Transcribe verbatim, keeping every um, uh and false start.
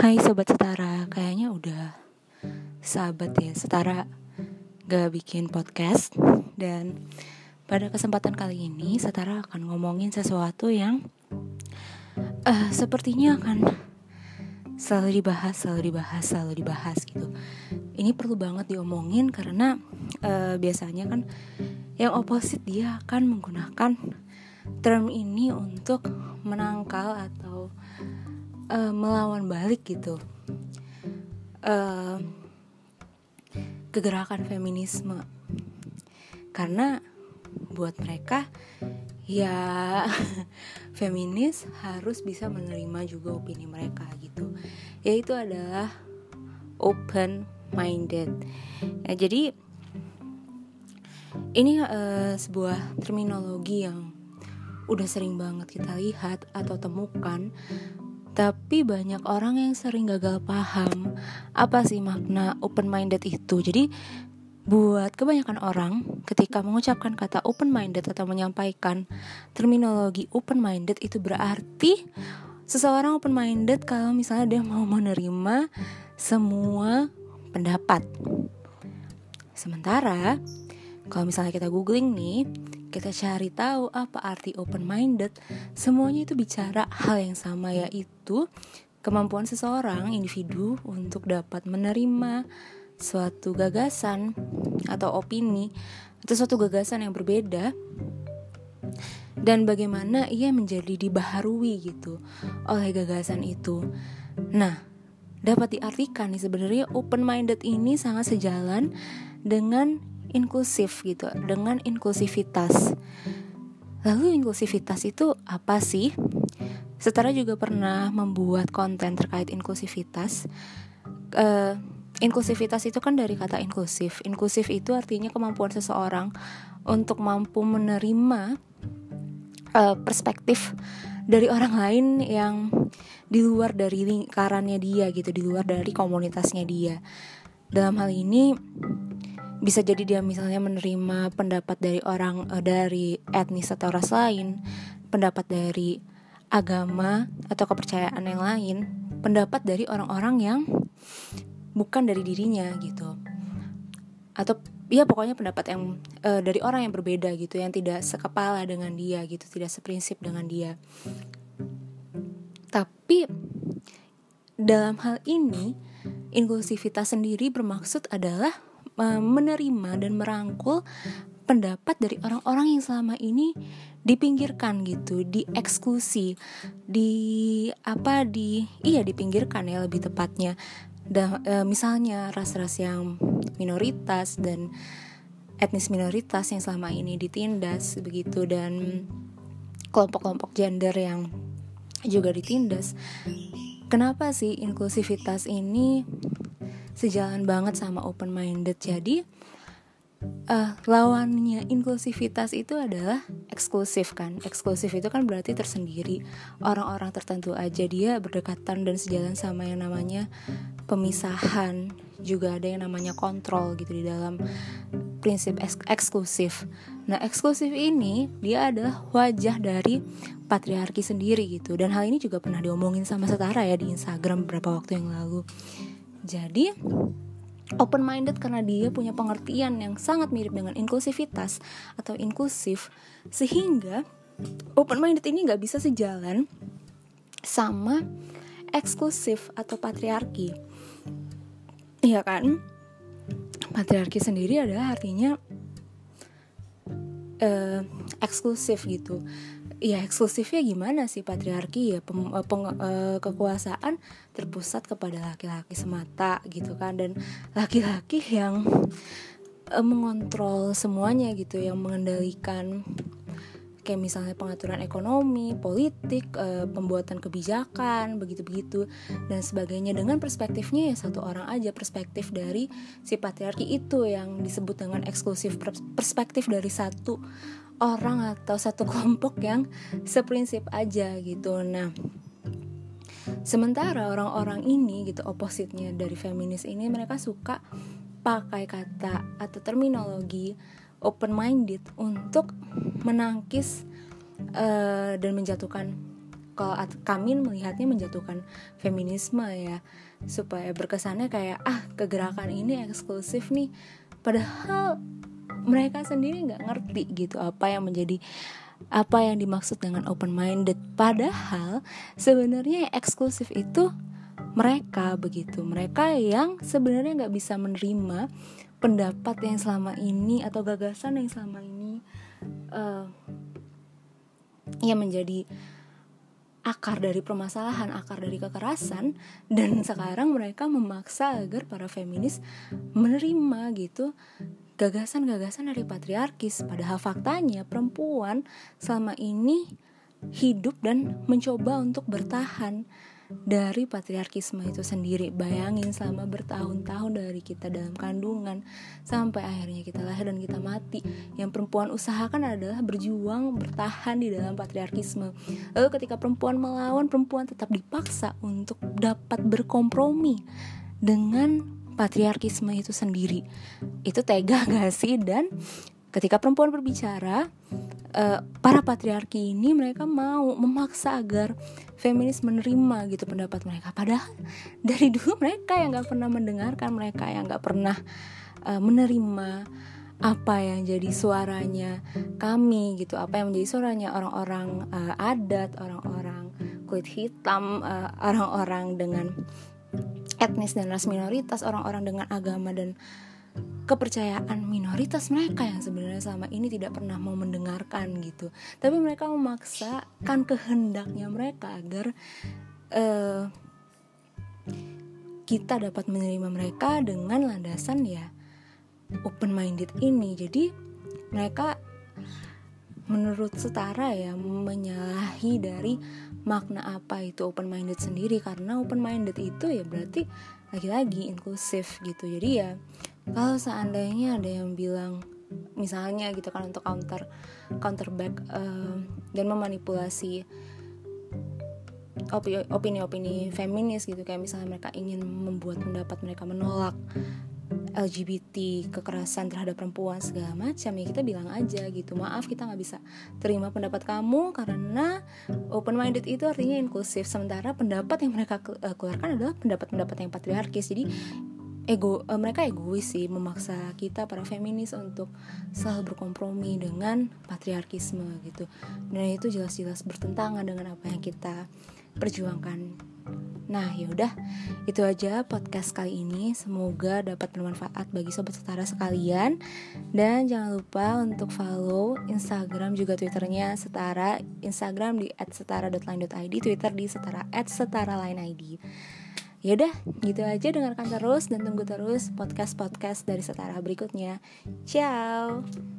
Hai Sobat Setara, kayaknya udah sahabat ya Setara gak bikin podcast. Dan pada kesempatan kali ini Setara akan ngomongin sesuatu yang uh, sepertinya akan selalu dibahas, selalu dibahas, selalu dibahas gitu. Ini perlu banget diomongin karena uh, biasanya kan yang oposit dia akan menggunakan term ini untuk menangkal atau uh, melawan balik gitu uh, kegerakan feminisme. Karena buat mereka ya feminis harus bisa menerima juga opini mereka gitu. Yaitu adalah open minded. Nah, jadi ini uh, sebuah terminologi yang udah sering banget kita lihat atau temukan, tapi banyak orang yang sering gagal paham apa sih makna open minded itu. Jadi buat kebanyakan orang ketika mengucapkan kata open minded atau menyampaikan terminologi open minded itu berarti seseorang open minded kalau misalnya dia mau menerima semua pendapat. Sementara kalau misalnya kita googling nih, kita cari tahu apa arti open minded, semuanya itu bicara hal yang sama, yaitu kemampuan seseorang individu untuk dapat menerima suatu gagasan atau opini atau suatu gagasan yang berbeda, dan bagaimana ia menjadi dibaharui gitu oleh gagasan itu. Nah, dapat diartikan nih sebenarnya open minded ini sangat sejalan dengan inklusif gitu, dengan inklusivitas. Lalu inklusivitas itu apa sih? Setara juga pernah membuat konten terkait inklusivitas. Uh, inklusivitas itu kan dari kata inklusif. Inklusif itu artinya kemampuan seseorang untuk mampu menerima uh, perspektif dari orang lain yang di luar dari lingkarannya dia gitu, di luar dari komunitasnya dia. Dalam hal ini bisa jadi dia misalnya menerima pendapat dari orang uh, dari etnis atau ras lain, pendapat dari agama atau kepercayaan yang lain, pendapat dari orang-orang yang bukan dari dirinya gitu. Atau ya pokoknya pendapat yang uh, dari orang yang berbeda gitu, yang tidak sekepala dengan dia gitu, tidak seprinsip dengan dia. Tapi dalam hal ini inklusivitas sendiri bermaksud adalah menerima dan merangkul pendapat dari orang-orang yang selama ini dipinggirkan gitu, dieksklusi, di apa di iya dipinggirkan ya lebih tepatnya. Da, e, misalnya ras-ras yang minoritas dan etnis minoritas yang selama ini ditindas begitu, dan kelompok-kelompok gender yang juga ditindas. Kenapa sih inklusivitas ini sejalan banget sama open minded? Jadi uh, lawannya inklusivitas itu adalah eksklusif kan. Eksklusif itu kan berarti tersendiri, orang-orang tertentu aja dia berdekatan dan sejalan sama yang namanya pemisahan. Juga ada yang namanya kontrol gitu di dalam prinsip eks- eksklusif. Nah, eksklusif ini dia adalah wajah dari patriarki sendiri gitu. Dan hal ini juga pernah diomongin sama Setara ya di Instagram beberapa waktu yang lalu. Jadi open minded karena dia punya pengertian yang sangat mirip dengan inklusivitas atau inklusif, sehingga open minded ini gak bisa sejalan sama eksklusif atau patriarki. Iya kan? Patriarki sendiri adalah artinya uh, eksklusif gitu. Ya eksklusifnya gimana sih patriarki ya, pem, peng, uh, kekuasaan terpusat kepada laki-laki semata gitu kan, dan laki-laki yang uh, mengontrol semuanya gitu, yang mengendalikan kayak misalnya pengaturan ekonomi, politik, e, pembuatan kebijakan, begitu-begitu dan sebagainya, dengan perspektifnya ya satu orang aja, perspektif dari si patriarki itu yang disebut dengan eksklusif, perspektif dari satu orang atau satu kelompok yang seprinsip aja gitu. Nah, sementara orang-orang ini gitu, opositnya dari feminis ini, mereka suka pakai kata atau terminologi open minded untuk menangkis uh, dan menjatuhkan kalau kami melihatnya menjatuhkan feminisme ya, supaya berkesannya kayak ah kegerakan ini eksklusif nih, padahal mereka sendiri nggak ngerti gitu apa yang menjadi apa yang dimaksud dengan open minded. Padahal sebenarnya eksklusif itu mereka begitu, mereka yang sebenarnya nggak bisa menerima pendapat yang selama ini atau gagasan yang selama ini uh, yang menjadi akar dari permasalahan, akar dari kekerasan, dan sekarang mereka memaksa agar para feminis menerima gitu gagasan-gagasan dari patriarkis. Padahal faktanya perempuan selama ini hidup dan mencoba untuk bertahan dari patriarkisme itu sendiri. Bayangin selama bertahun-tahun dari kita dalam kandungan sampai akhirnya kita lahir dan kita mati, yang perempuan usahakan adalah berjuang bertahan di dalam patriarkisme. Lalu ketika perempuan melawan, perempuan tetap dipaksa untuk dapat berkompromi dengan patriarkisme itu sendiri. Itu tega gak sih? Dan ketika perempuan berbicara, uh, para patriarki ini mereka mau memaksa agar feminis menerima gitu pendapat mereka. Padahal dari dulu mereka yang gak pernah mendengarkan, mereka yang gak pernah uh, menerima apa yang jadi suaranya kami gitu, apa yang menjadi suaranya orang-orang uh, adat, orang-orang kulit hitam, uh, orang-orang dengan etnis dan ras minoritas, orang-orang dengan agama dan kepercayaan minoritas mereka yang sebenarnya selama ini tidak pernah mau mendengarkan gitu. Tapi mereka memaksakan kehendaknya mereka agar uh, kita dapat menerima mereka dengan landasan ya open minded ini. Jadi mereka menurut Setara ya menyalahi dari makna apa itu open minded sendiri, karena open minded itu ya berarti lagi-lagi inklusif gitu. Jadi ya kalau seandainya ada yang bilang misalnya gitu kan untuk counter counter back uh, dan memanipulasi opini-opini feminis gitu, kayak misalnya mereka ingin membuat pendapat mereka menolak L G B T, kekerasan terhadap perempuan segala macam, ya kita bilang aja gitu, maaf kita nggak bisa terima pendapat kamu karena open minded itu artinya inklusif, sementara pendapat yang mereka keluarkan adalah pendapat-pendapat yang patriarkis. Jadi ego uh, mereka egois sih, memaksa kita para feminis untuk selalu berkompromi dengan patriarkisme gitu, dan itu jelas-jelas bertentangan dengan apa yang kita perjuangkan. Nah yaudah, itu aja podcast kali ini. Semoga dapat bermanfaat bagi sobat Setara sekalian. Dan jangan lupa untuk follow Instagram juga Twitternya Setara. Instagram di et setara dot line dot i d, Twitter di setara et setara line i d. Yaudah, gitu aja, dengarkan terus dan tunggu terus podcast-podcast dari Setara berikutnya. Ciao.